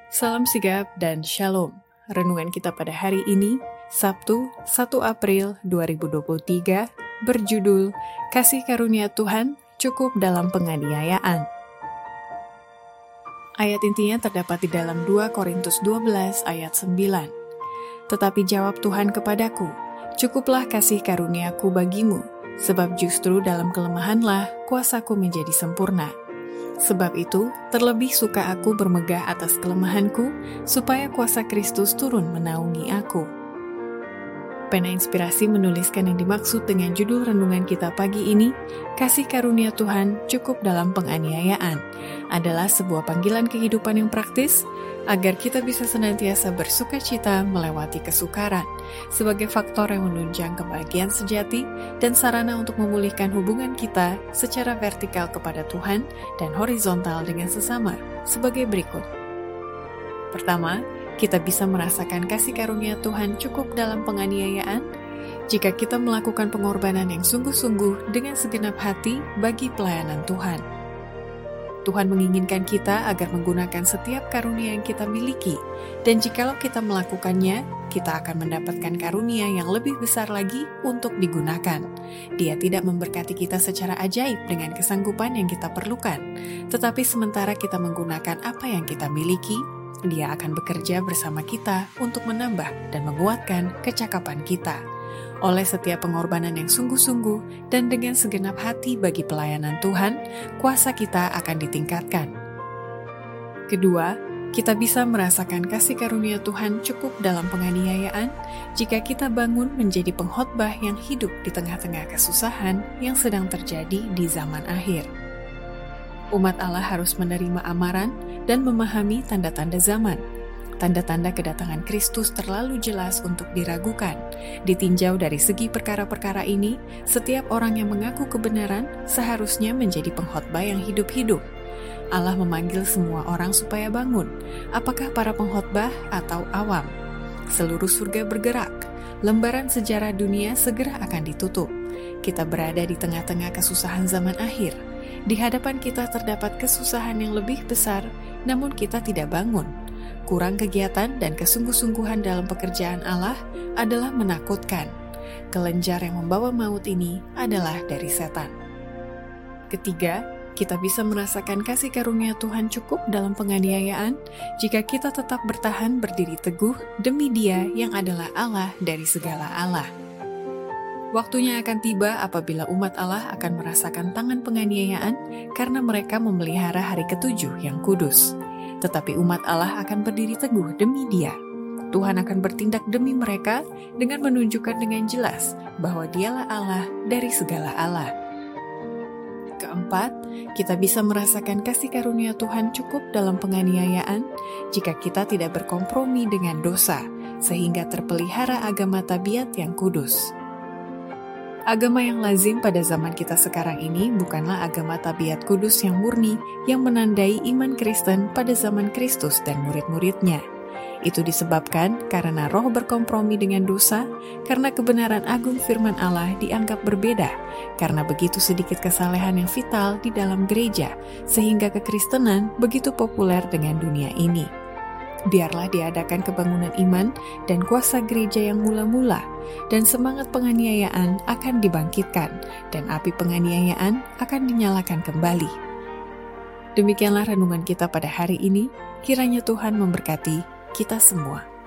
Salam sigap dan shalom. Renungan kita pada hari ini, Sabtu 1 April 2023, berjudul Kasih Karunia Tuhan Cukup Dalam Penganiayaan. Ayat intinya terdapat di dalam 2 Korintus 12 ayat 9. Tetapi jawab Tuhan kepadaku, cukuplah kasih karuniaku bagimu, sebab justru dalam kelemahanlah kuasaku menjadi sempurna. Sebab itu, terlebih suka aku bermegah atas kelemahanku, supaya kuasa Kristus turun menaungi aku. Pena Inspirasi menuliskan yang dimaksud dengan judul renungan kita pagi ini, Kasih Karunia Tuhan Cukup Dalam Penganiayaan, adalah sebuah panggilan kehidupan yang praktis, agar kita bisa senantiasa bersuka cita melewati kesukaran, sebagai faktor yang menunjang kebahagiaan sejati dan sarana untuk memulihkan hubungan kita secara vertikal kepada Tuhan dan horizontal dengan sesama, sebagai berikut. Pertama, kita bisa merasakan kasih karunia Tuhan cukup dalam penganiayaan jika kita melakukan pengorbanan yang sungguh-sungguh dengan segenap hati bagi pelayanan Tuhan. Tuhan menginginkan kita agar menggunakan setiap karunia yang kita miliki, dan jikalau kita melakukannya, kita akan mendapatkan karunia yang lebih besar lagi untuk digunakan. Dia tidak memberkati kita secara ajaib dengan kesanggupan yang kita perlukan, tetapi sementara kita menggunakan apa yang kita miliki, Dia akan bekerja bersama kita untuk menambah dan menguatkan kecakapan kita. Oleh setiap pengorbanan yang sungguh-sungguh dan dengan segenap hati bagi pelayanan Tuhan, kuasa kita akan ditingkatkan. Kedua, kita bisa merasakan kasih karunia Tuhan cukup dalam penganiayaan jika kita bangun menjadi pengkhotbah yang hidup di tengah-tengah kesusahan yang sedang terjadi di zaman akhir. Umat Allah harus menerima amaran dan memahami tanda-tanda zaman. Tanda-tanda kedatangan Kristus terlalu jelas untuk diragukan. Ditinjau dari segi perkara-perkara ini, setiap orang yang mengaku kebenaran seharusnya menjadi pengkhotbah yang hidup-hidup. Allah memanggil semua orang supaya bangun, apakah para pengkhotbah atau awam. Seluruh surga bergerak, lembaran sejarah dunia segera akan ditutup. Kita berada di tengah-tengah kesusahan zaman akhir. Di hadapan kita terdapat kesusahan yang lebih besar, namun kita tidak bangun. Kurang kegiatan dan kesungguh-sungguhan dalam pekerjaan Allah adalah menakutkan. Kelenjar yang membawa maut ini adalah dari setan. Ketiga, kita bisa merasakan kasih karunia Tuhan cukup dalam penganiayaan jika kita tetap bertahan berdiri teguh demi Dia yang adalah Allah dari segala Allah. Waktunya akan tiba apabila umat Allah akan merasakan tangan penganiayaan karena mereka memelihara hari ketujuh yang kudus. Tetapi umat Allah akan berdiri teguh demi Dia. Tuhan akan bertindak demi mereka dengan menunjukkan dengan jelas bahwa Dialah Allah dari segala Allah. Keempat, kita bisa merasakan kasih karunia Tuhan cukup dalam penganiayaan jika kita tidak berkompromi dengan dosa, sehingga terpelihara agama tabiat yang kudus. Agama yang lazim pada zaman kita sekarang ini bukanlah agama tabiat kudus yang murni yang menandai iman Kristen pada zaman Kristus dan murid-muridnya. Itu disebabkan karena roh berkompromi dengan dosa, karena kebenaran agung firman Allah dianggap berbeda, karena begitu sedikit kesalehan yang vital di dalam gereja, sehingga kekristenan begitu populer dengan dunia ini. Biarlah diadakan kebangunan iman dan kuasa gereja yang mula-mula, dan semangat penganiayaan akan dibangkitkan, dan api penganiayaan akan dinyalakan kembali. Demikianlah renungan kita pada hari ini, kiranya Tuhan memberkati kita semua.